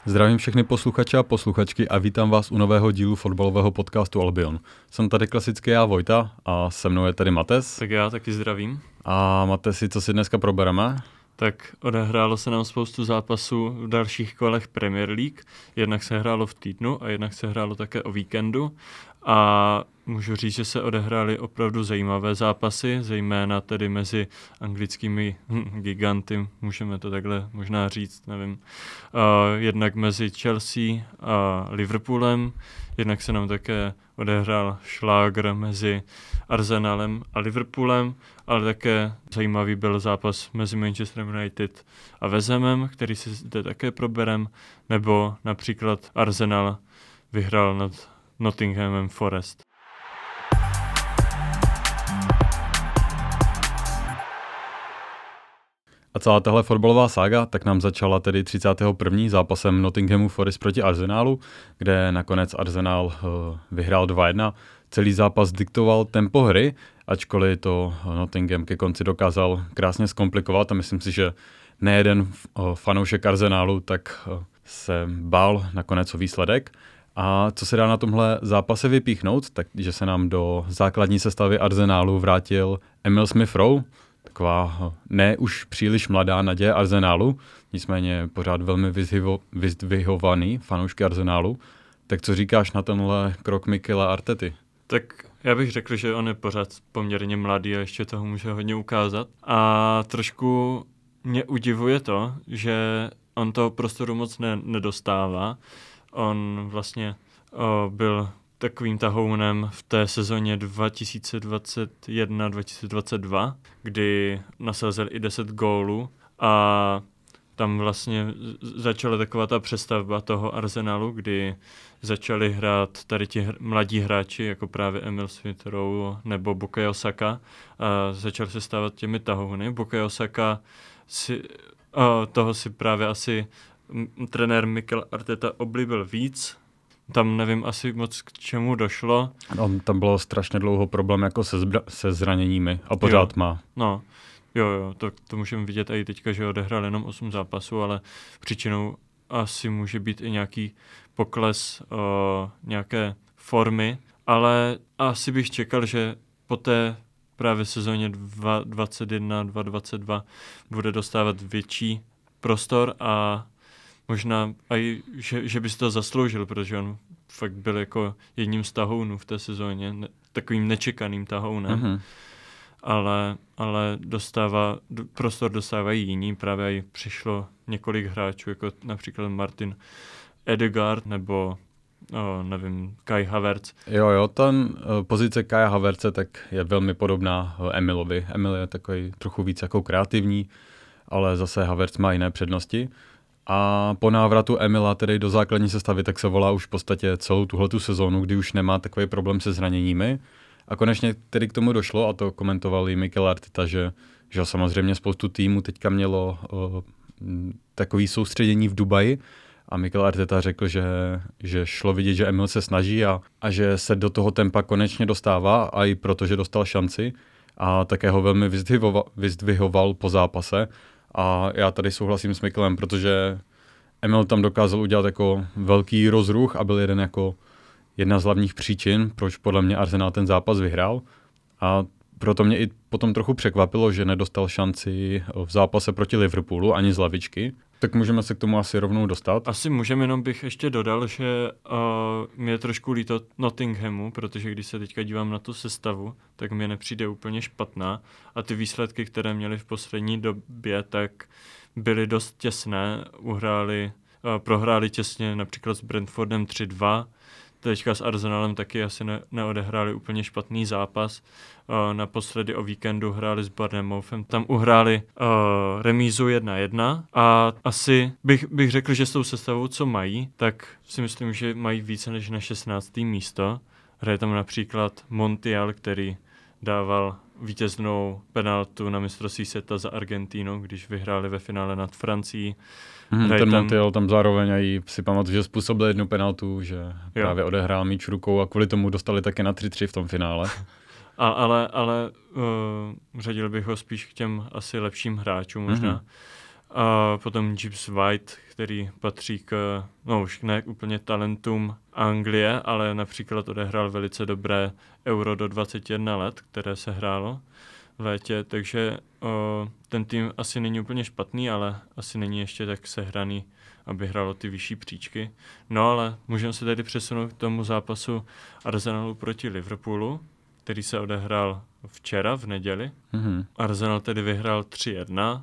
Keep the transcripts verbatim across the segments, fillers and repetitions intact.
Zdravím všechny posluchače a posluchačky a vítám vás u nového dílu fotbalového podcastu Albion. Jsem tady klasicky já, Vojta, a se mnou je tady Mates. Tak já taky zdravím. A Matesi, co si dneska probereme? Tak odehrálo se nám spoustu zápasů v dalších kolech Premier League. Jednak se hrálo v týdnu a jednak se hrálo také o víkendu. A můžu říct, že se odehrály opravdu zajímavé zápasy, zejména tedy mezi anglickými hm, giganty, můžeme to takhle možná říct, nevím. Uh, jednak mezi Chelsea a Liverpoolem, jednak se nám také odehrál šlágr mezi Arsenalem a Liverpoolem, ale také zajímavý byl zápas mezi Manchester United a West Hamem, který si zde také proberem, nebo například Arsenal vyhrál nad Nottinghamem Forest. A celá tahle fotbalová sága tak nám začala tedy třicátého prvního zápasem Nottinghamu Forest proti Arsenalu, kde nakonec Arsenal uh, vyhrál dva jedna. Celý zápas diktoval tempo hry, ačkoliv to Nottingham ke konci dokázal krásně zkomplikovat a myslím si, že nejeden uh, fanoušek Arsenalu tak uh, se bál nakonec o výsledek. A co se dá na tomhle zápase vypíchnout, takže se nám do základní sestavy Arsenalu vrátil Emil Smith-Rowe, taková ne už příliš mladá naděje Arsenalu, nicméně pořád velmi vyzdvihovaný fanoušky Arsenalu. Tak co říkáš na tenhle krok Mikela Artety? Tak já bych řekl, že on je pořád poměrně mladý a ještě toho může hodně ukázat. A trošku mě udivuje to, že on toho prostoru moc ne- nedostává. On vlastně o, byl takovým tahounem v té sezóně dva tisíce dvacet jedna dva tisíce dvacet dva, kdy nasazel i deset gólů a tam vlastně začala taková ta přestavba toho Arsenalu, kdy začali hrát tady ti hr- mladí hráči, jako právě Emil Smith-Rowe nebo Bukayo Saka, a začali se stávat těmi tahouny. Bukayo Saka si, o, toho si právě asi m- trenér Mikel Arteta oblíbil víc. Tam nevím asi moc k čemu došlo. No, tam bylo strašně dlouho problém jako se, zbra- se zraněními a pořád jo. má. No, jo, jo, to, to můžeme vidět i teďka, že odehrál jenom osm zápasů, ale příčinou asi může být i nějaký pokles o, nějaké formy, ale asi bych čekal, že po té právě sezóně dva tisíce dvacet jedna dva tisíce dvacet dva bude dostávat větší prostor a možná i, že, že by si to zasloužil, protože on fakt byl jako jedním z tahounů v té sezóně, ne, takovým nečekaným tahounem, mm-hmm. ale, ale dostává, prostor dostávají jiní, právě i přišlo několik hráčů, jako například Martin Ødegaard nebo o, nevím, Kai Havertz. Jo, jo, ten pozice Kaia Havertze tak je velmi podobná Emilovi. Emil je takový trochu víc jako kreativní, ale zase Havertz má jiné přednosti. A po návratu Emila tedy do základní sestavy, tak se volá už v podstatě celou tuhletu sezónu, kdy už nemá takový problém se zraněními. A konečně tedy k tomu došlo, a to komentoval i Mikel Arteta, že, že samozřejmě spoustu týmů teďka mělo o, takový soustředění v Dubaji. A Mikel Arteta řekl, že, že šlo vidět, že Emil se snaží a, a že se do toho tempa konečně dostává, a i protože dostal šanci. A také ho velmi vyzdvihoval, vyzdvihoval po zápase. A já tady souhlasím s Mikelem, protože Emil tam dokázal udělat jako velký rozruch a byl jeden jako jedna z hlavních příčin, proč podle mě Arsenal ten zápas vyhrál. A proto mě i potom trochu překvapilo, že nedostal šanci v zápase proti Liverpoolu ani z lavičky. Tak můžeme se k tomu asi rovnou dostat. Asi můžeme, jenom bych ještě dodal, že uh, mi je trošku líto Nottinghamu, protože když se teďka dívám na tu sestavu, tak mi nepřijde úplně špatná a ty výsledky, které měli v poslední době, tak byly dost těsné. Uhráli, uh, prohráli těsně například s Brentfordem tři dva, teďka s Arsenalem taky asi ne, neodehráli úplně špatný zápas. Uh, naposledy o víkendu hráli s Bournemouthem. Tam uhráli uh, remízu jedna jedna a asi bych, bych řekl, že s tou sestavou, co mají, tak si myslím, že mají více než na šestnácté místo. Hraje tam například Montiel, který dával vítěznou penaltu na mistrovství světa za Argentínou, když vyhráli ve finále nad Francií. Hmm, ten tam... Montiel tam zároveň i si pamatuju, že způsobil jednu penaltu, že jo. Právě odehrál míč rukou a kvůli tomu dostali také na tři tři v tom finále. A, ale ale uh, řadil bych ho spíš k těm asi lepším hráčům možná. A potom Gibbs White, který patří k, no už ne úplně talentům Anglie, ale například odehrál velice dobré Euro do dvacet jedna let, které se hrálo v létě, takže o, ten tým asi není úplně špatný, ale asi není ještě tak sehraný, aby hrálo ty vyšší příčky. No ale můžeme se tedy přesunout k tomu zápasu Arsenalu proti Liverpoolu, který se odehrál včera v neděli. Mm-hmm. Arsenal tedy vyhrál tři jedna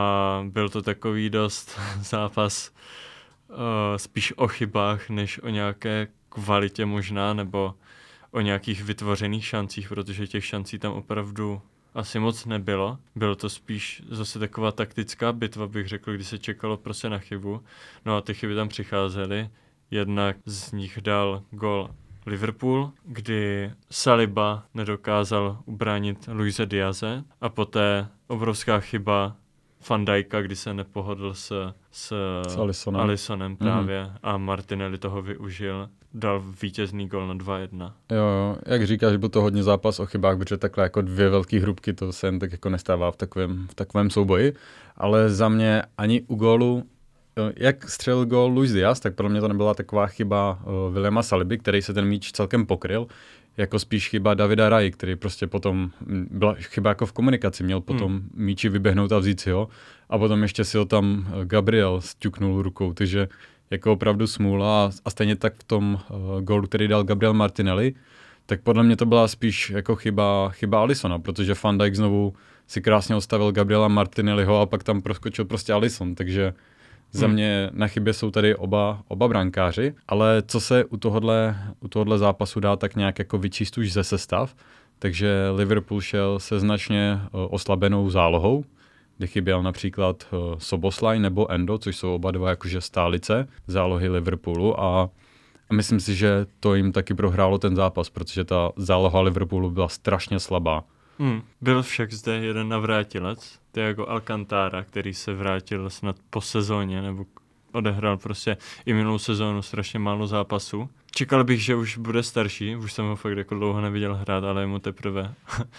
a byl to takový dost zápas uh, spíš o chybách, než o nějaké kvalitě možná, nebo o nějakých vytvořených šancích, protože těch šancí tam opravdu asi moc nebylo. Bylo to spíš zase taková taktická bitva, bych řekl, kdy se čekalo prostě na chybu. No a ty chyby tam přicházely. Jednak z nich dal gol Liverpool, kdy Saliba nedokázal ubránit Luise Diaze a poté obrovská chyba Van Dijka, kdy se nepohodl s, s, s Alissonem. Alissonem právě mm-hmm. a Martinelli toho využil. Dal vítězný gol na dva jedna. Jo, jo, jak říkáš, byl to hodně zápas o chybách, protože takhle jako dvě velké hrubky, to se jen tak jako nestává v takovém, v takovém souboji, ale za mě ani u gólu, jak střelil gól Luis Diaz, tak pro mě to nebyla taková chyba uh, Williama Saliby, který se ten míč celkem pokryl, jako spíš chyba Davida Raji, který prostě potom, byla chyba jako v komunikaci, měl potom hmm. míči vyběhnout a vzít si ho a potom ještě si ho tam Gabriel sťuknul rukou, takže jako opravdu smůla a, a stejně tak v tom uh, gólu, který dal Gabriel Martinelli, tak podle mě to byla spíš jako chyba, chyba Alissona, protože Van Dijk znovu si krásně odstavil Gabriela Martinelliho a pak tam proskočil prostě Alisson, takže za mě na chybě jsou tady oba, oba brankáři, ale co se u tohohle, u tohohle zápasu dá tak nějak jako vyčíst už ze sestav, takže Liverpool šel se značně uh, oslabenou zálohou, kdy chyběl například uh, Soboslaj nebo Endo, což jsou oba dva jakože stálice zálohy Liverpoolu a, a myslím si, že to jim taky prohrálo ten zápas, protože ta záloha Liverpoolu byla strašně slabá. Hmm. Byl však zde jeden navrátilec, Thiago Alcantara, který se vrátil snad po sezóně, nebo odehrál prostě i minulou sezónu strašně málo zápasů. Čekal bych, že už bude starší, už jsem ho fakt jako dlouho neviděl hrát, ale je mu teprve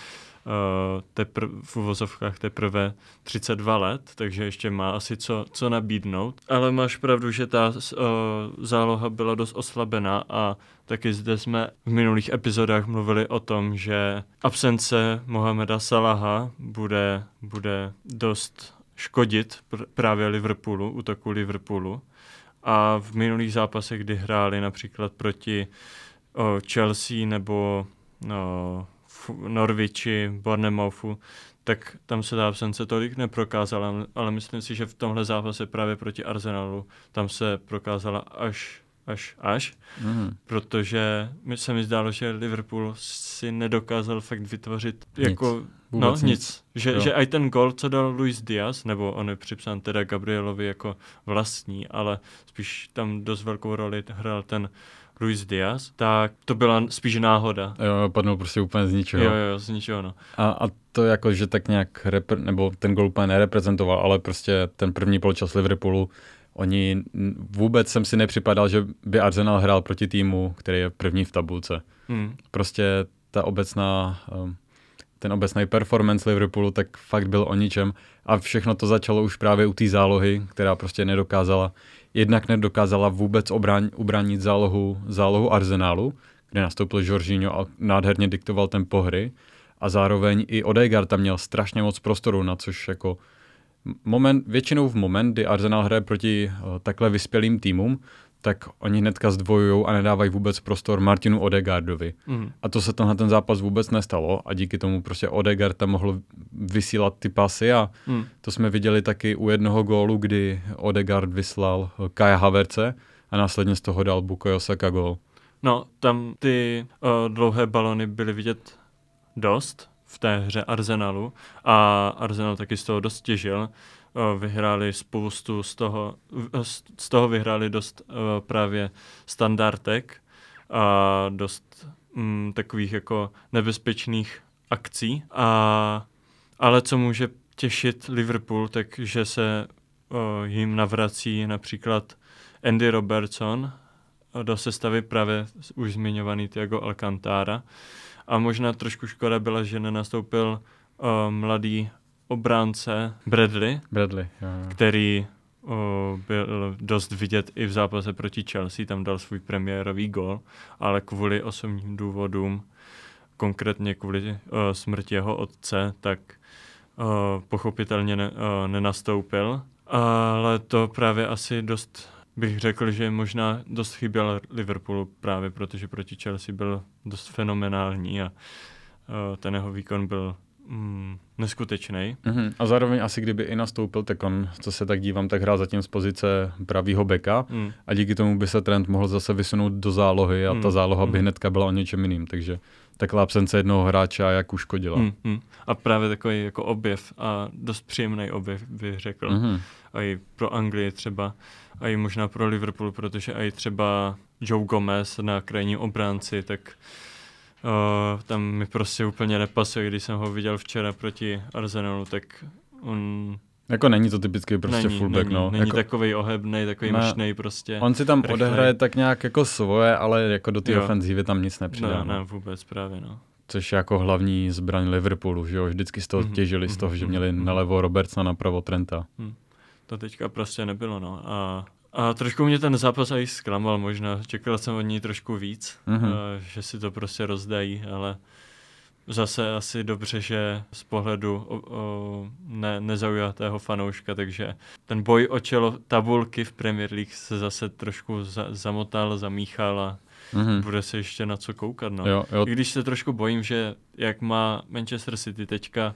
Uh, tepr- v uvozovkách teprve třicet dva let, takže ještě má asi co, co nabídnout. Ale máš pravdu, že ta uh, záloha byla dost oslabená a taky zde jsme v minulých epizodách mluvili o tom, že absence Mohameda Salaha bude, bude dost škodit pr- právě Liverpoolu, útoku Liverpoolu. A v minulých zápasech, kdy hráli například proti uh, Chelsea nebo no, Norwichi, Bournemouthu, tak tam se ta absence tolik neprokázala, ale myslím si, že v tomhle zápase právě proti Arsenalu tam se prokázala až, až, až, mm. protože mi se mi zdálo, že Liverpool si nedokázal fakt vytvořit nic. jako no, nic. nic. Že, že i ten gol, co dal Luis Diaz, nebo on je připsán teda Gabrielovi jako vlastní, ale spíš tam dost velkou roli hrál ten Luis Diaz, tak to byla spíš náhoda. Jo, padnul prostě úplně z ničeho. Jo, jo, z ničeho, no. A, a to jako, že tak nějak, repre, nebo ten gol úplně nereprezentoval, ale prostě ten první poločas Liverpoolu, oni, vůbec jsem si nepřipadal, že by Arsenal hrál proti týmu, který je první v tabulce. Hmm. Prostě ta obecná, ten obecný performance Liverpoolu, tak fakt byl o ničem a všechno to začalo už právě u té zálohy, která prostě nedokázala Jednak nedokázala vůbec obrán, ubránit zálohu, zálohu Arsenalu, kde nastoupil Jorginho a nádherně diktoval tempo hry. A zároveň i Odegaard tam měl strašně moc prostoru, na což jako moment, většinou v moment, kdy Arsenal hraje proti uh, takhle vyspělým týmům, tak oni hnedka zdvojujou a nedávají vůbec prostor Martinu Odegaardovi. Mm. A to se to na ten zápas vůbec nestalo a díky tomu prostě Odegaard tam mohl vysílat ty pasy a mm. to jsme viděli taky u jednoho gólu, kdy Odegaard vyslal Kaja Havertze a následně z toho dal Bukayo Saka gól. No, tam ty uh, dlouhé balony byly vidět dost v té hře Arsenalu a Arsenal taky z toho dost těžil. Vyhráli spoustu z toho, z toho vyhráli dost uh, právě standardek a dost um, takových jako nebezpečných akcí. A, ale co může těšit Liverpool, takže se uh, jim navrací například Andy Robertson do sestavy právě už zmiňovaný Thiago Alcantara. A možná trošku škoda byla, že nenastoupil uh, mladý obránce Bradley, Bradley jo. který o, byl dost vidět i v zápase proti Chelsea, tam dal svůj premiérový gól, ale kvůli osobním důvodům, konkrétně kvůli o, smrti jeho otce, tak o, pochopitelně ne, o, nenastoupil. Ale to právě asi dost, bych řekl, že možná dost chyběl Liverpoolu právě, protože proti Chelsea byl dost fenomenální a o, ten jeho výkon byl mm, neskutečný. Mm-hmm. A zároveň asi kdyby i nastoupil, tak on, co se tak dívám, tak hrál zatím z pozice pravýho beka mm. a díky tomu by se Trent mohl zase vysunout do zálohy a mm. ta záloha by mm. hnedka byla o něčem jiným, takže taková absence jednoho hráče jak uškodila. Mm, mm. A právě takový jako objev a dost příjemný objev, bych řekl. Mm-hmm. A i pro Anglii třeba, a i možná pro Liverpool, protože i třeba Joe Gomez na krajním obránci, tak uh, tam mi prostě úplně nepasuje. Když jsem ho viděl včera proti Arsenalu, tak on... Jako není to typický prostě není, fullback, není, no. Není jako... takovej ohebnej, takový mršnej prostě. On si tam rychlej. Odehraje tak nějak jako svoje, ale jako do té ofenzívy tam nic nepřidá. Ne, ne, vůbec právě, no. Což je jako hlavní zbraň Liverpoolu, že jo, vždycky z toho mm-hmm. těžili, z toho, že měli mm-hmm. nalevo Robertsona, napravo Trenta. Mm. To teďka prostě nebylo, no. A, a trošku mě ten zápas i zklamal možná, čekal jsem od ní trošku víc, mm-hmm. a, že si to prostě rozdají, ale zase asi dobře, že z pohledu o, o, ne, nezaujatého fanouška, takže ten boj o čelo tabulky v Premier League se zase trošku za, zamotal, zamíchal a mm-hmm. bude se ještě na co koukat. No. Jo, jo. I když se trošku bojím, že jak má Manchester City teďka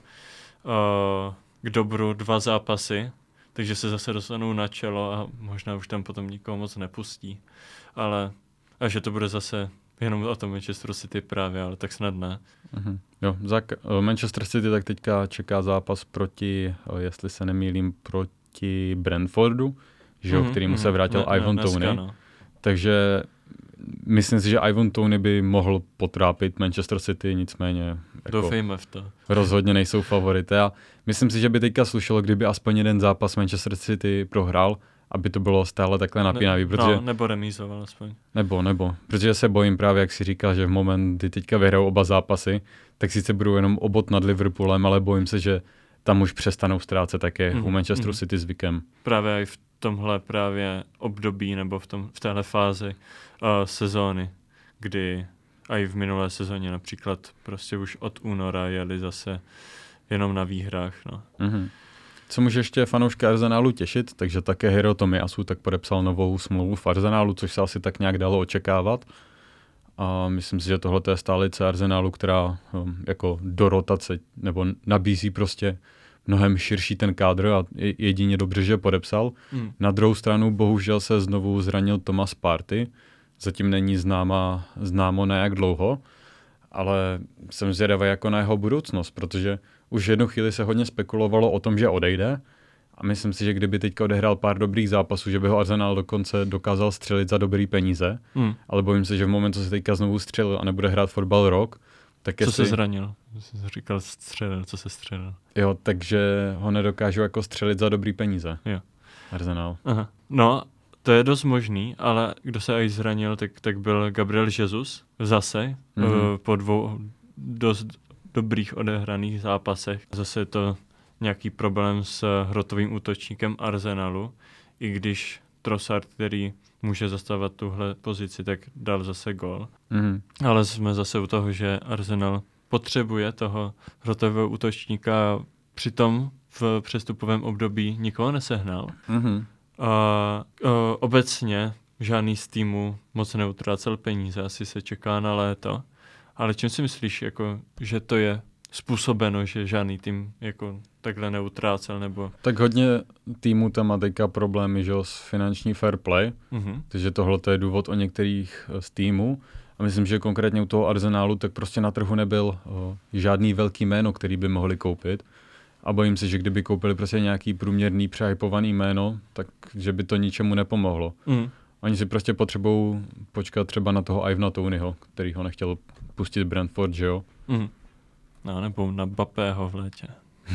uh, k dobru dva zápasy, takže se zase dostanou na čelo a možná už tam potom nikoho moc nepustí. Ale a že to bude zase jenom o tom Manchester City právě, ale tak snad ne. Mm-hmm. Jo, za Manchester City tak teďka čeká zápas proti, jestli se nemýlím, proti Brentfordu, že jo, mm-hmm, kterýmu mm-hmm. se vrátil ne, Ivan ne, Toney. Dneska, no. Takže myslím si, že Ivan Toney by mohl potrápit Manchester City, nicméně jako doufejme v to. Rozhodně nejsou favority a myslím si, že by teďka slušelo, kdyby aspoň jeden zápas Manchester City prohrál, aby to bylo stále takhle napínavý. Ne, protože, no, nebo remízoval aspoň. Nebo, nebo. Protože se bojím právě, jak si říkal, že v moment, kdy teďka vyhrajou oba zápasy, tak sice budou jenom obot nad Liverpoolem, ale bojím se, že tam už přestanou ztrácet také mm, u Manchesteru mm. City zvykem. Právě i v tomhle právě období nebo v, tom, v téhle fázi uh, sezóny, kdy a i v minulé sezóně například prostě už od února jeli zase jenom na výhrách. No. Mm-hmm. Co může ještě fanouška Arsenalu těšit, takže také Hiro Tomiyasu tak podepsal novou smlouvu v Arsenalu, což se asi tak nějak dalo očekávat. A myslím si, že tohle je stálice Arsenalu, která um, jako do rotace nebo nabízí prostě mnohem širší ten kádr a jedině dobře, že podepsal. Hmm. Na druhou stranu bohužel se znovu zranil Thomas Partey. Zatím není známa, známo na jak dlouho, ale jsem zvědavý jako na jeho budoucnost, protože už jednu chvíli se hodně spekulovalo o tom, že odejde a myslím si, že kdyby teďka odehrál pár dobrých zápasů, že by ho Arsenal dokonce dokázal střelit za dobrý peníze, hmm. ale bojím se, že v momentu, co se teďka znovu střelil a nebude hrát fotbal rok, tak co jestli... se zranil? Jsi říkal střelil, co se střelil? Jo, takže ho nedokážu jako střelit za dobrý peníze. Jo. Arsenal. Aha. No, to je dost možný, ale kdo se aj zranil, tak, tak byl Gabriel Jesus zase mm-hmm. uh, po dvou dost dobrých odehraných zápasech. Zase je to nějaký problém s hrotovým útočníkem Arsenalu, i když Trossard, který může zastávat tuhle pozici, tak dal zase gól. Mm-hmm. Ale jsme zase u toho, že Arsenal potřebuje toho hrotového útočníka, přitom v přestupovém období nikoho nesehnal. Mm-hmm. A, a obecně žádný z týmů moc neutrácel peníze, asi se čeká na léto. Ale čím si myslíš, jako, že to je způsobeno, že žádný tým jako takhle neutrácel? Nebo... Tak hodně týmů tam má teďka problémy, že, s finanční fair play, mm-hmm. takže tohle je důvod o některých z týmů. A myslím, že konkrétně u toho Arsenalu tak prostě na trhu nebyl o, žádný velký jméno, který by mohli koupit. A bojím se, že kdyby koupili prostě nějaký průměrný, přehypovaný jméno, tak že by to ničemu nepomohlo. Mm. Oni si prostě potřebují počkat třeba na toho Ivana Toneyho, který ho nechtěl pustit Brentford, že jo? Mm. No, nebo na Mbappého v létě.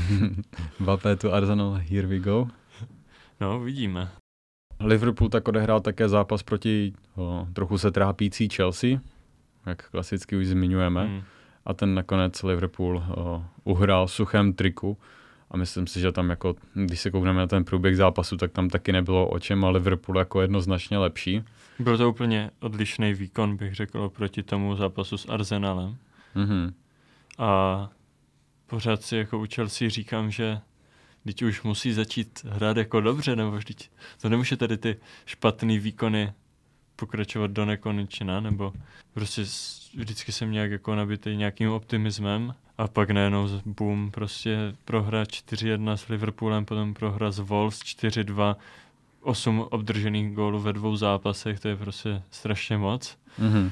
Mbappé to Arsenal, here we go. No, vidíme. Liverpool tak odehrál také zápas proti o, trochu se trápící Chelsea, jak klasicky už zmiňujeme. Mm. A ten nakonec Liverpool o, uhrál v suchém triku. A myslím si, že tam jako, když se koukneme na ten průběh zápasu, tak tam taky nebylo o čem, ale Liverpool jako jednoznačně lepší. Byl to úplně odlišný výkon, bych řekl, proti tomu zápasu s Arsenalem. Mm-hmm. A pořád si jako u Chelsea říkám, že teď už musí začít hrát jako dobře, nebo vždyť to nemůže tady ty špatný výkony pokračovat do nekonečna, nebo prostě vždycky jsem nějak jako nabitý nějakým optimismem a pak najednou boom, prostě prohra čtyři jedna s Liverpoolem, potom prohra s Wolves čtyři dva, osm obdržených gólů ve dvou zápasech, to je prostě strašně moc. Mm-hmm.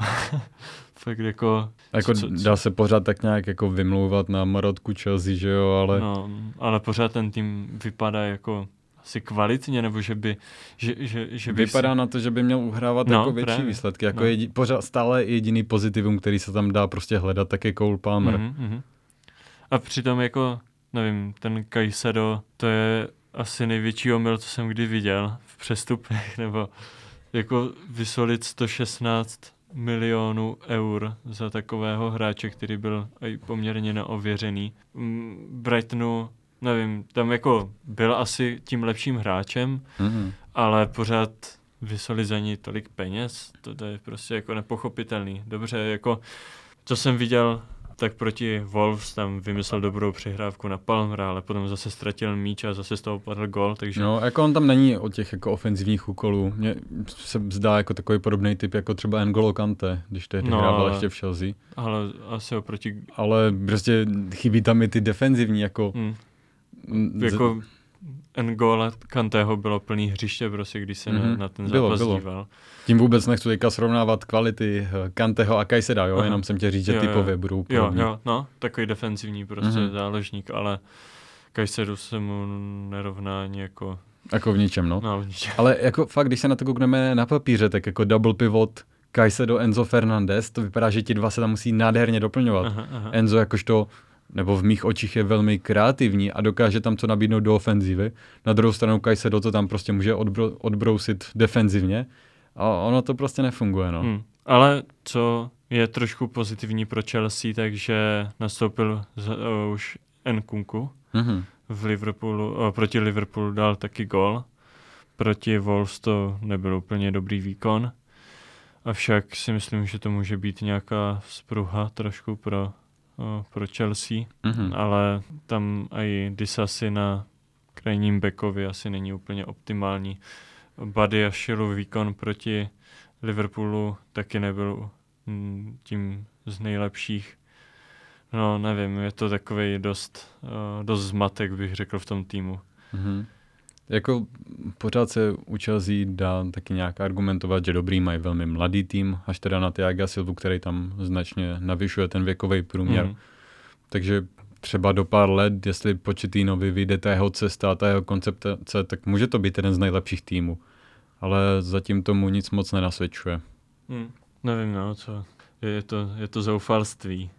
Fakt jako... Jako co, co, dá se pořád tak nějak jako vymlouvat na marotku Chelsea, že jo, ale... No, ale pořád ten tým vypadá jako asi kvalitně, nebo že by... Že, že, že by Vypadá si... na to, že by měl uhrávat no, jako větší právě. výsledky. Jako no. jedi, pořád stále jediný pozitivum, který se tam dá prostě hledat, tak je Cole Palmer. Mm-hmm, mm-hmm. A přitom jako, nevím, ten Caicedo, to je asi největší omyl, co jsem kdy viděl v přestupech, nebo jako vysolit sto šestnáct milionů eur za takového hráče, který byl aj poměrně neověřený. Brightonu, nevím, tam jako byl asi tím lepším hráčem, Mm-hmm. ale pořád vysolit za ní tolik peněz, to, to je prostě jako nepochopitelný. Dobře, jako co jsem viděl, tak proti Wolves tam vymyslel dobrou přihrávku na Palmera, ale potom zase ztratil míč a zase z toho padl gól, takže... No, jako on tam není od těch jako ofenzivních úkolů. Mně se zdá jako takový podobný typ jako třeba N'Golo Kanté, když tehdy No, hrával ale- ještě v Chelsea. Ale asi oproti... Ale prostě chybí tam i ty defenzivní jako... Hm, mm, jako N'Gola Kanteho bylo plný hřiště, prostě, když se mm-hmm. na, Mhm. na ten Bylo, zápas bylo. díval. Tím vůbec nechci teďka srovnávat kvality eh, Kanteho a Caicedo, jo? Aha. Jenom jsem tě říct, že Jo, typově jo. budou Jo, podobní. jo, no, takový defenzivní prostě Mhm. záložník, ale Caicedo se mu nerovná ani jako... Jako v ničem, no. No, nič. Ale jako fakt, když se na to koukneme na papíře, tak jako double pivot Caicedo, Enzo Fernandez, to vypadá, že ti dva se tam musí nádherně doplňovat. Aha, aha. Enzo jakožto, nebo v mých očích je velmi kreativní a dokáže tam co nabídnout do ofenzivy. Na druhou stranu Caicedo to tam prostě může odbro, odbrousit defenzivně a ono to prostě nefunguje, no. Hmm. Ale co je trošku pozitivní pro Chelsea, takže nastoupil z, uh, už Nkunku Mhm. v Liverpoolu, uh, proti Liverpoolu dal taky gól. Proti Wolves to nebyl úplně dobrý výkon. Avšak si myslím, že to může být nějaká spruha trošku pro, uh, pro Chelsea. Mhm. Ale tam i Disasi na krajním backovi asi není úplně optimální. Buddy a Shilův výkon proti Liverpoolu taky nebyl mm, tím z nejlepších. No, nevím, je to takovej dost, uh, dost zmatek, bych řekl, v tom týmu. Mhm. Jako pořád se u Chelsea dá taky nějak argumentovat, že dobrý mají velmi mladý tým, až teda na Thiaga Silvu, který tam značně navyšuje ten věkový průměr. Mm. Takže třeba do pár let, jestli Pochettinovi vyjde ta jeho cesta, ta jeho koncepce, tak může to být jeden z nejlepších týmů. Ale zatím tomu nic moc nenasvědčuje. Mm. Nevím, no, co. Je to, je to zoufalství.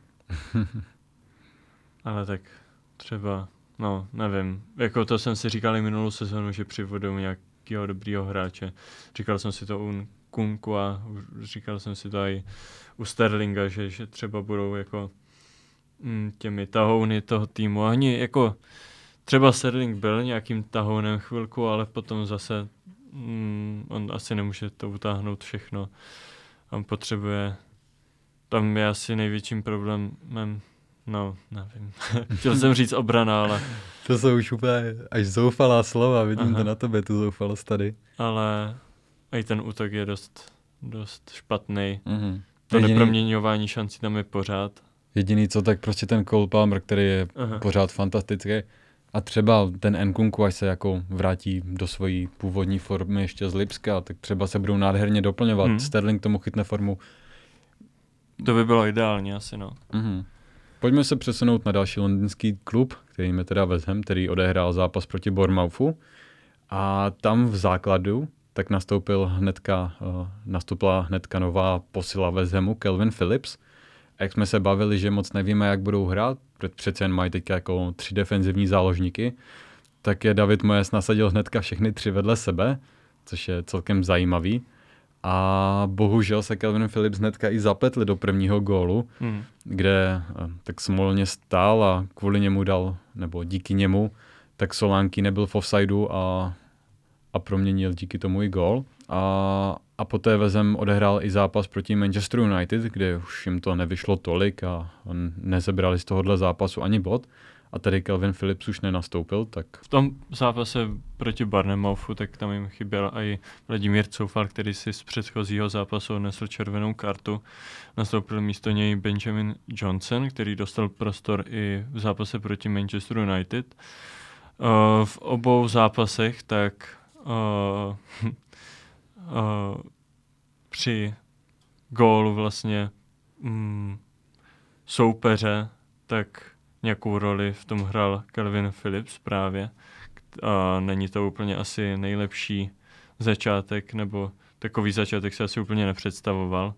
Ale tak třeba, no, nevím. Jako to jsem si říkal i minulou sezonu, že přivodou nějakého dobrýho hráče. Říkal jsem si to u Kunku a říkal jsem si to i u Sterlinga, že, že třeba budou jako mm, těmi tahouny toho týmu. A ani jako třeba Sterling byl nějakým tahounem chvilku, ale potom zase mm, on asi nemůže to utáhnout všechno. On potřebuje, tam je asi největším problémem, no, nevím. Chtěl jsem říct obrana, ale... To jsou už úplně až zoufalá slova, vidím Aha. to na tobě, tu zoufalost tady. ale i ten útok je dost, dost špatný. Mhm. To Jediný- neproměňování šancí tam je pořád. Jediný co, tak prostě ten Cole Palmer, který je Aha. pořád fantastický. A třeba ten Nkunku, až se jako vrátí do svojí původní formy ještě z Lipska, tak třeba se budou nádherně doplňovat. Hmm. Sterling tomu chytne formu. To by bylo ideální asi, no. Mhm. Pojďme se přesunout na další londýnský klub, kterým je teda West Ham, který odehrál zápas proti Bournemouthu. A tam v základu tak nastoupil hnedka, uh, nastoupila hnedka nová posila West Hamu, Calvin Phillips. A jak jsme se bavili, že moc nevíme, jak budou hrát, protože přece jen mají teď jako tři defenzivní záložníky, tak je David Moyes nasadil hnedka všechny tři vedle sebe, což je celkem zajímavý. a bohužel se Calvin Phillips hnedka i zapletli do prvního gólu, hmm. kde tak smolně stál a kvůli němu dal, nebo díky němu, tak Solanke nebyl v offsideu a, a proměnil díky tomu i gól. A, a poté Vezem odehrál i zápas proti Manchester United, kde už jim to nevyšlo tolik a nezebrali z tohohle zápasu ani bod. A tady Calvin Phillips už nenastoupil, tak... V tom zápase proti Bournemouthu, tak tam jim chyběl i Vladimír Coufal, který si z předchozího zápasu odnesl červenou kartu. Nastoupil místo něj Benjamin Johnson, který dostal prostor i v zápase proti Manchester United. Uh, v obou zápasech tak uh, uh, při gólu vlastně um, soupeře, tak nějakou roli v tom hrál Calvin Phillips právě. A není to úplně asi nejlepší začátek, nebo takový začátek se asi úplně nepředstavoval.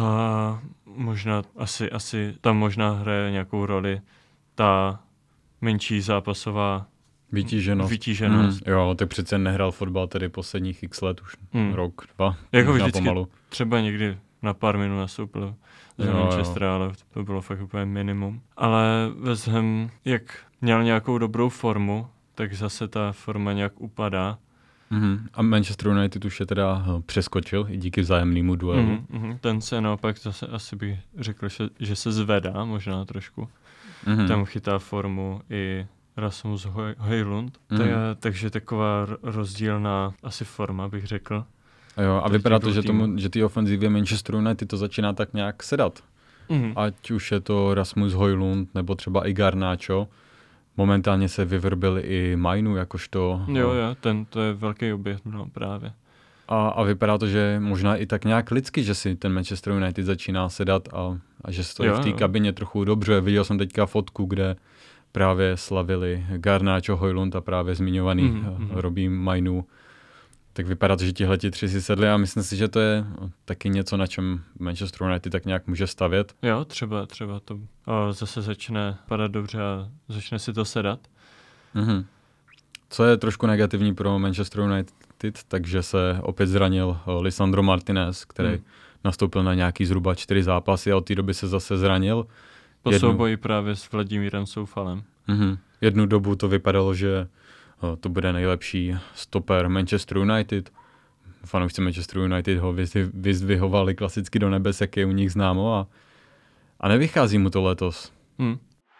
A možná asi, asi tam možná hraje nějakou roli ta menší zápasová vytíženost. vytíženost. Mm, jo, tak přece nehrál fotbal tedy posledních x let, už mm. rok, dva, jako vždycky pomalu. Třeba někdy na pár minut nastoupil z Manchestera, ale to bylo fakt úplně minimum. Ale West Ham, jak měl nějakou dobrou formu, tak zase ta forma nějak upadá. Mm-hmm. A Manchester United už je teda přeskočil i díky vzájemnému duelu. Mm-hmm. Ten se naopak zase asi bych řekl, že, že se zvedá možná trošku. Mm-hmm. Tam chytá formu i Rasmus Højlund. Mm-hmm. Tak, takže taková rozdílná asi forma, bych řekl. A jo, a vypadá to, že, tomu, že ty ofenzivě Manchester United to začíná tak nějak sedat. Mm-hmm. Ať už je to Rasmus Højlund, nebo třeba i Garnacho. Momentálně se vyvrbil i Mainu, jakožto... Jo, jo, ten, to je velký oběh, no právě. A, a vypadá to, že možná i tak nějak lidsky, že si ten Manchester United začíná sedat a, a že stojí jo, v té kabině trochu dobře. Viděl jsem teďka fotku, kde právě slavili Garnacho, Højlund a právě zmiňovaný mm-hmm. Robbie Mainu. Tak vypadá to, že tihleti tři si sedli a myslím si, že to je taky něco, na čem Manchester United tak nějak může stavět. Jo, třeba, třeba to o, zase začne padat dobře a začne si to sedat. Mm-hmm. Co je trošku negativní pro Manchester United, takže se opět zranil Lisandro Martinez, který mm. nastoupil na nějaký zhruba čtyři zápasy a od té doby se zase zranil. Po Jednu... souboji právě s Vladimírem Soufalem. Mm-hmm. Jednu dobu to vypadalo, že to bude nejlepší stoper Manchester United. Fanoušci Manchester United ho vyzdvihovali klasicky do nebes, jak je u nich známo a, a nevychází mu to letos. Hmm.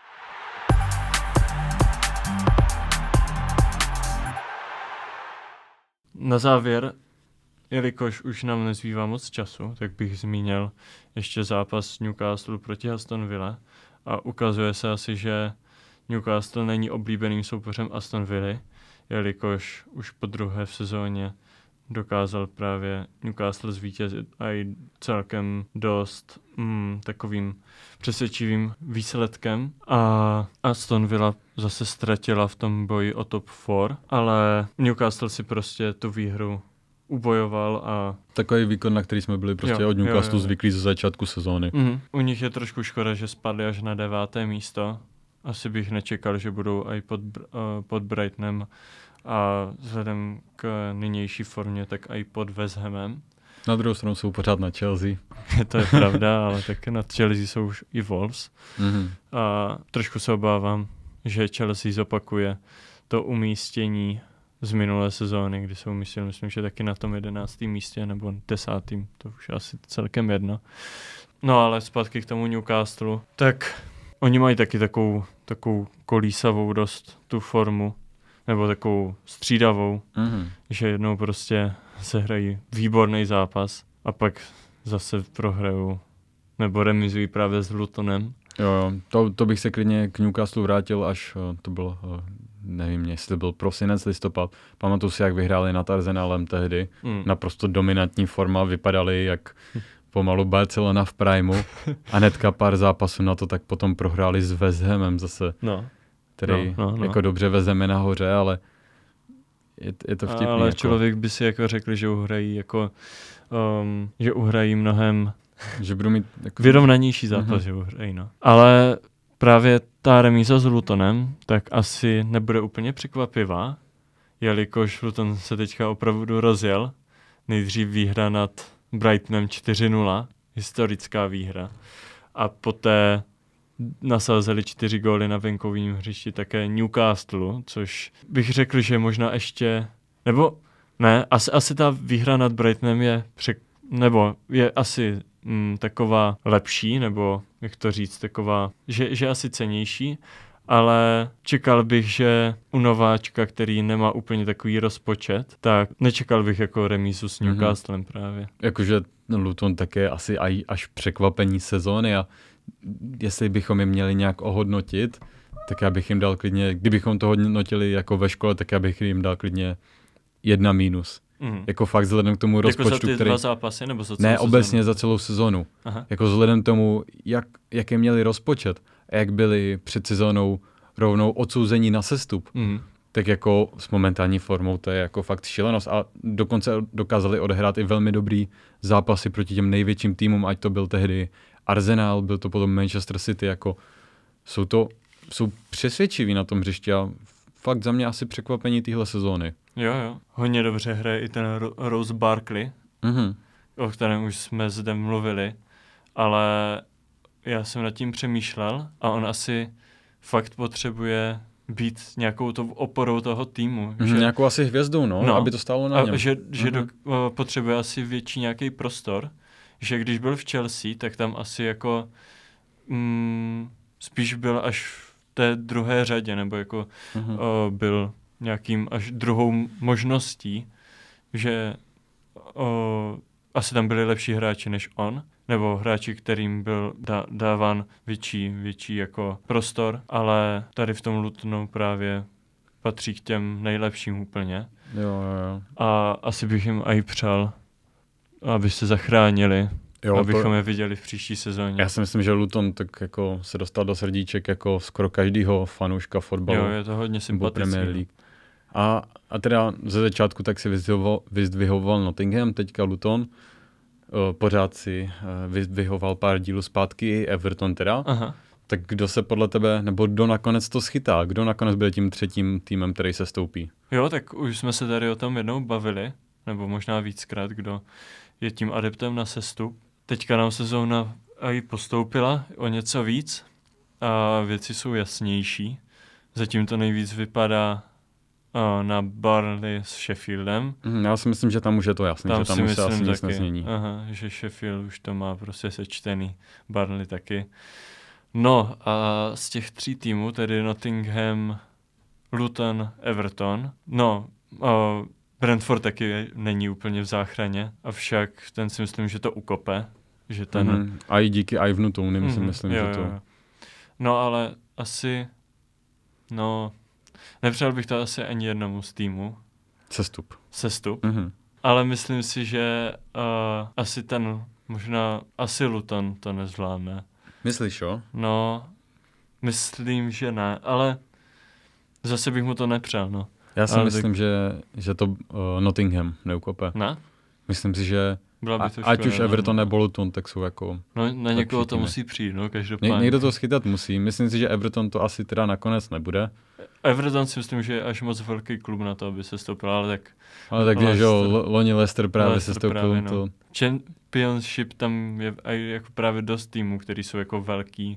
Na závěr, jelikož už nám nezbývá moc času, tak bych zmínil ještě zápas Newcastle proti Aston Villa a ukazuje se asi, že Newcastle není oblíbeným soupeřem Aston Villy, jelikož už po druhé v sezóně dokázal právě Newcastle zvítězit a i celkem dost mm, takovým přesvědčivým výsledkem. A Aston Villa zase ztratila v tom boji o top čtyři, ale Newcastle si prostě tu výhru ubojoval a... Takový výkon, na který jsme byli prostě jo, od Newcastle jo, jo. zvyklí ze začátku sezóny. Mm, u nich je trošku škoda, že spadli až na deváté místo. Asi bych nečekal, že budou i pod, uh, pod Brightonem a vzhledem k nynější formě, tak i pod West Hamem. Na druhou stranu jsou pořád na Chelsea. To je pravda, ale tak na Chelsea jsou už i Wolves. Mm-hmm. A trošku se obávám, že Chelsea zopakuje to umístění z minulé sezóny, kdy jsou umístěni, myslím, že taky na tom jedenáctém místě nebo desátém, to už je asi celkem jedno. No ale zpátky k tomu Newcastle, tak oni mají taky takovou, takovou kolísavou dost tu formu, nebo takovou střídavou, mm-hmm. že jednou prostě se hrají výborný zápas a pak zase prohrajou nebo remizují právě s Lutonem. Jo, jo. To, to bych se klidně k Newcastle vrátil, až to byl, nevím, jestli byl prosinec, listopad. Pamatuju si, jak vyhráli nad Arsenalem tehdy. Mm. Naprosto dominantní forma, vypadali jak pomalu Barcelona v primu a hnedka pár zápasů na to tak potom prohráli s West Hamem zase. No. Který no, no, no. jako dobře vezeme nahoře, ale je, je to vtipný. Ale jako... člověk by si jako řekl, že uhrají jako, um, že uhrají mnohem že budou mít jako... vyrovnanější zápas, uh-huh. že uhrají, no. Ale právě ta remíza s Lutonem tak asi nebude úplně překvapivá, jelikož Luton se teďka opravdu rozjel. Nejdřív výhra nad Brightonem čtyři nula, historická výhra. A poté nasázeli čtyři góly na venkovním hřišti také Newcastle, což bych řekl, že možná ještě, nebo ne, asi, asi ta výhra nad Brightonem je, přek, nebo je asi mm, taková lepší, nebo jak to říct, taková, že, že asi cenější, ale čekal bych, že u nováčka, který nemá úplně takový rozpočet, tak nečekal bych jako remízu s Newcastlem mm-hmm. právě. Jakože Luton také asi aj, až překvapení sezóny a jestli bychom je měli nějak ohodnotit, tak já bych jim dal klidně, kdybychom to hodnotili jako ve škole, tak já bych jim dal klidně jedna mínus. Mm. Jako fakt vzhledem k tomu jako rozpočtu, za ty který... dva zápasy, nebo za celou Ne, sezónu? obecně za celou sezónu. Aha. Jako vzhledem k tomu, jak, jaký měli rozpočet a jak byli před sezónou rovnou odsouzení na sestup, mm. tak jako s momentální formou to je jako fakt šílenost a dokonce dokázali odehrát i velmi dobrý zápasy proti těm největším týmům, ať to byl tehdy Arsenal, byl to potom Manchester City, jako jsou to, jsou přesvědčiví na tom hřišti a fakt za mě asi překvapení téhle sezóny. Jo, jo. Hodně dobře hraje i ten Ross Barkley, mm-hmm. o kterém už jsme zde mluvili, ale já jsem nad tím přemýšlel a on asi fakt potřebuje být nějakou tou oporou toho týmu. Mm, že, nějakou asi hvězdou, no, no, aby to stálo na něm. A že, že mm-hmm. do, potřebuje asi větší nějaký prostor, že když byl v Chelsea, tak tam asi jako mm, spíš byl až v té druhé řadě, nebo jako mm-hmm. uh, byl nějakým až druhou možností, že uh, asi tam byli lepší hráči než on, nebo hráči, kterým byl da- dáván větší, větší jako prostor, ale tady v tom Lutonu právě patří k těm nejlepším úplně. Jo, jo, jo. A asi bych jim i přál, aby se zachránili, jo, abychom to... je viděli v příští sezóně. Já si myslím, že Luton tak jako se dostal do srdíček jako skoro každýho fanouška fotbalu. Jo, je to hodně sympatický. A, a teda ze začátku tak si vyzdvihoval, vyzdvihoval Nottingham, teďka Luton. O, pořád si vyzdvihoval pár dílů zpátky i Everton teda. Aha. Tak kdo se podle tebe, nebo kdo nakonec to schytá? Kdo nakonec bude tím třetím týmem, který se stoupí? Jo, tak už jsme se tady o tom jednou bavili, nebo možná víckrát, kdo je tím adeptem na sestup. Teďka nám sezóna i postoupila o něco víc a věci jsou jasnější. Zatím to nejvíc vypadá uh, na Burnley s Sheffieldem. Mm, já si myslím, že tam už je to jasný, tam že tam už se asi nic nezmění. Aha, že Sheffield už to má prostě sečtený, Burnley taky. No a z těch tří týmů, tedy Nottingham, Luton, Everton, no uh, Brentford taky není úplně v záchraně, avšak ten si myslím, že to ukope. Že ten... Mm-hmm. A i díky Ivanu Toney mm-hmm. si myslím, jo, že to... Jo. No ale asi, no, nepřál bych to asi ani jednomu z týmu. Sestup. Sestup. Mm-hmm. Ale myslím si, že uh, asi ten, možná, asi Luton to nezvládne. Myslíš, jo? No, myslím, že ne, ale zase bych mu to nepřál, no. Já si ale myslím, tak... že, že to uh, Nottingham neukope. Ne? Myslím si, že a, ať už Everton nebo Luton, tak jsou jako... No na někoho to musí přijít, no, každopádně. Ně, někdo to schytat musí. Myslím si, že Everton to asi teda nakonec nebude. Everton si myslím, že je až moc velký klub na to, aby se stoupil, ale tak... Ale tak je, že jo, loni Leicester právě Leicester se stoupil. Právě, no. To... Championship tam je jako právě dost týmů, který jsou jako velký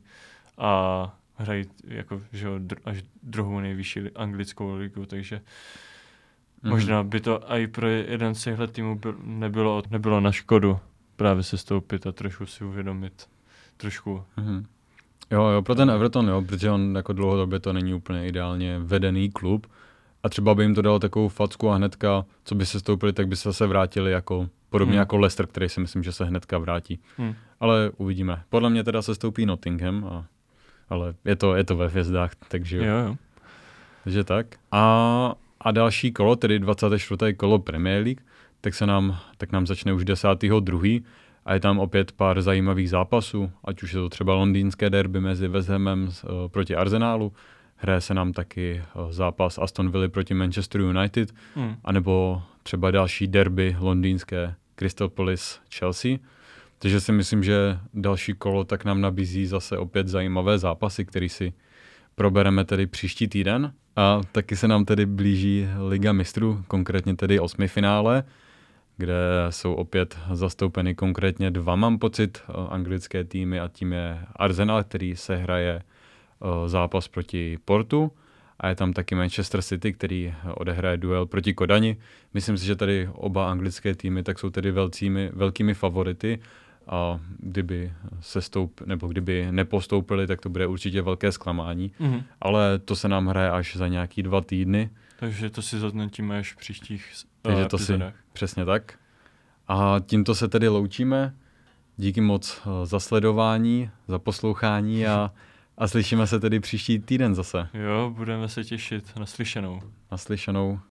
a hrají jako, že jo, dr- až druhou nejvyšší anglickou ligu, takže... Mm-hmm. Možná by to i pro jeden z těchto týmů byl, nebylo, nebylo na škodu právě se stoupit a trošku si uvědomit. Trošku. Mm-hmm. Jo, jo, pro ten Everton, jo, protože on jako dlouhodobě to není úplně ideálně vedený klub a třeba by jim to dalo takovou facku a hnedka, co by se stoupili, tak by se zase vrátili jako, podobně mm. jako Leicester, který si myslím, že se hnedka vrátí. Mm. Ale uvidíme. Podle mě teda se stoupí Nottingham, a, ale je to, je to ve hvězdách, takže jo. jo, jo. Takže tak. A A další kolo, tedy dvacáté čtvrté kolo Premier League, tak se nám, tak nám začne už desátého druhého a je tam opět pár zajímavých zápasů, ať už je to třeba londýnské derby mezi West Hamem uh, proti Arsenalu, hraje se nám taky uh, zápas Aston Villa proti Manchester United, hmm. anebo třeba další derby londýnské Crystal Palace Chelsea. Takže si myslím, že další kolo tak nám nabízí zase opět zajímavé zápasy, které si probereme tedy příští týden. A taky se nám tedy blíží Liga mistrů, konkrétně tedy osmifinále. kde jsou opět zastoupeny konkrétně dva, mám pocit, anglické týmy a tím je Arsenal, který se hraje zápas proti Portu a je tam taky Manchester City, který odehraje duel proti Kodani. Myslím si, že tady oba anglické týmy tak jsou tedy velcími, velkými favority a kdyby se stoup, nebo kdyby nepostoupili, tak to bude určitě velké zklamání. Mm-hmm. Ale to se nám hraje až za nějaký dva týdny. Takže to si zaznatíme až v příštích Takže to si, přesně tak. A tímto se tedy loučíme. Díky moc za sledování, za poslouchání a, a slyšíme se tedy příští týden zase. Jo, budeme se těšit. Naslyšenou. Naslyšenou.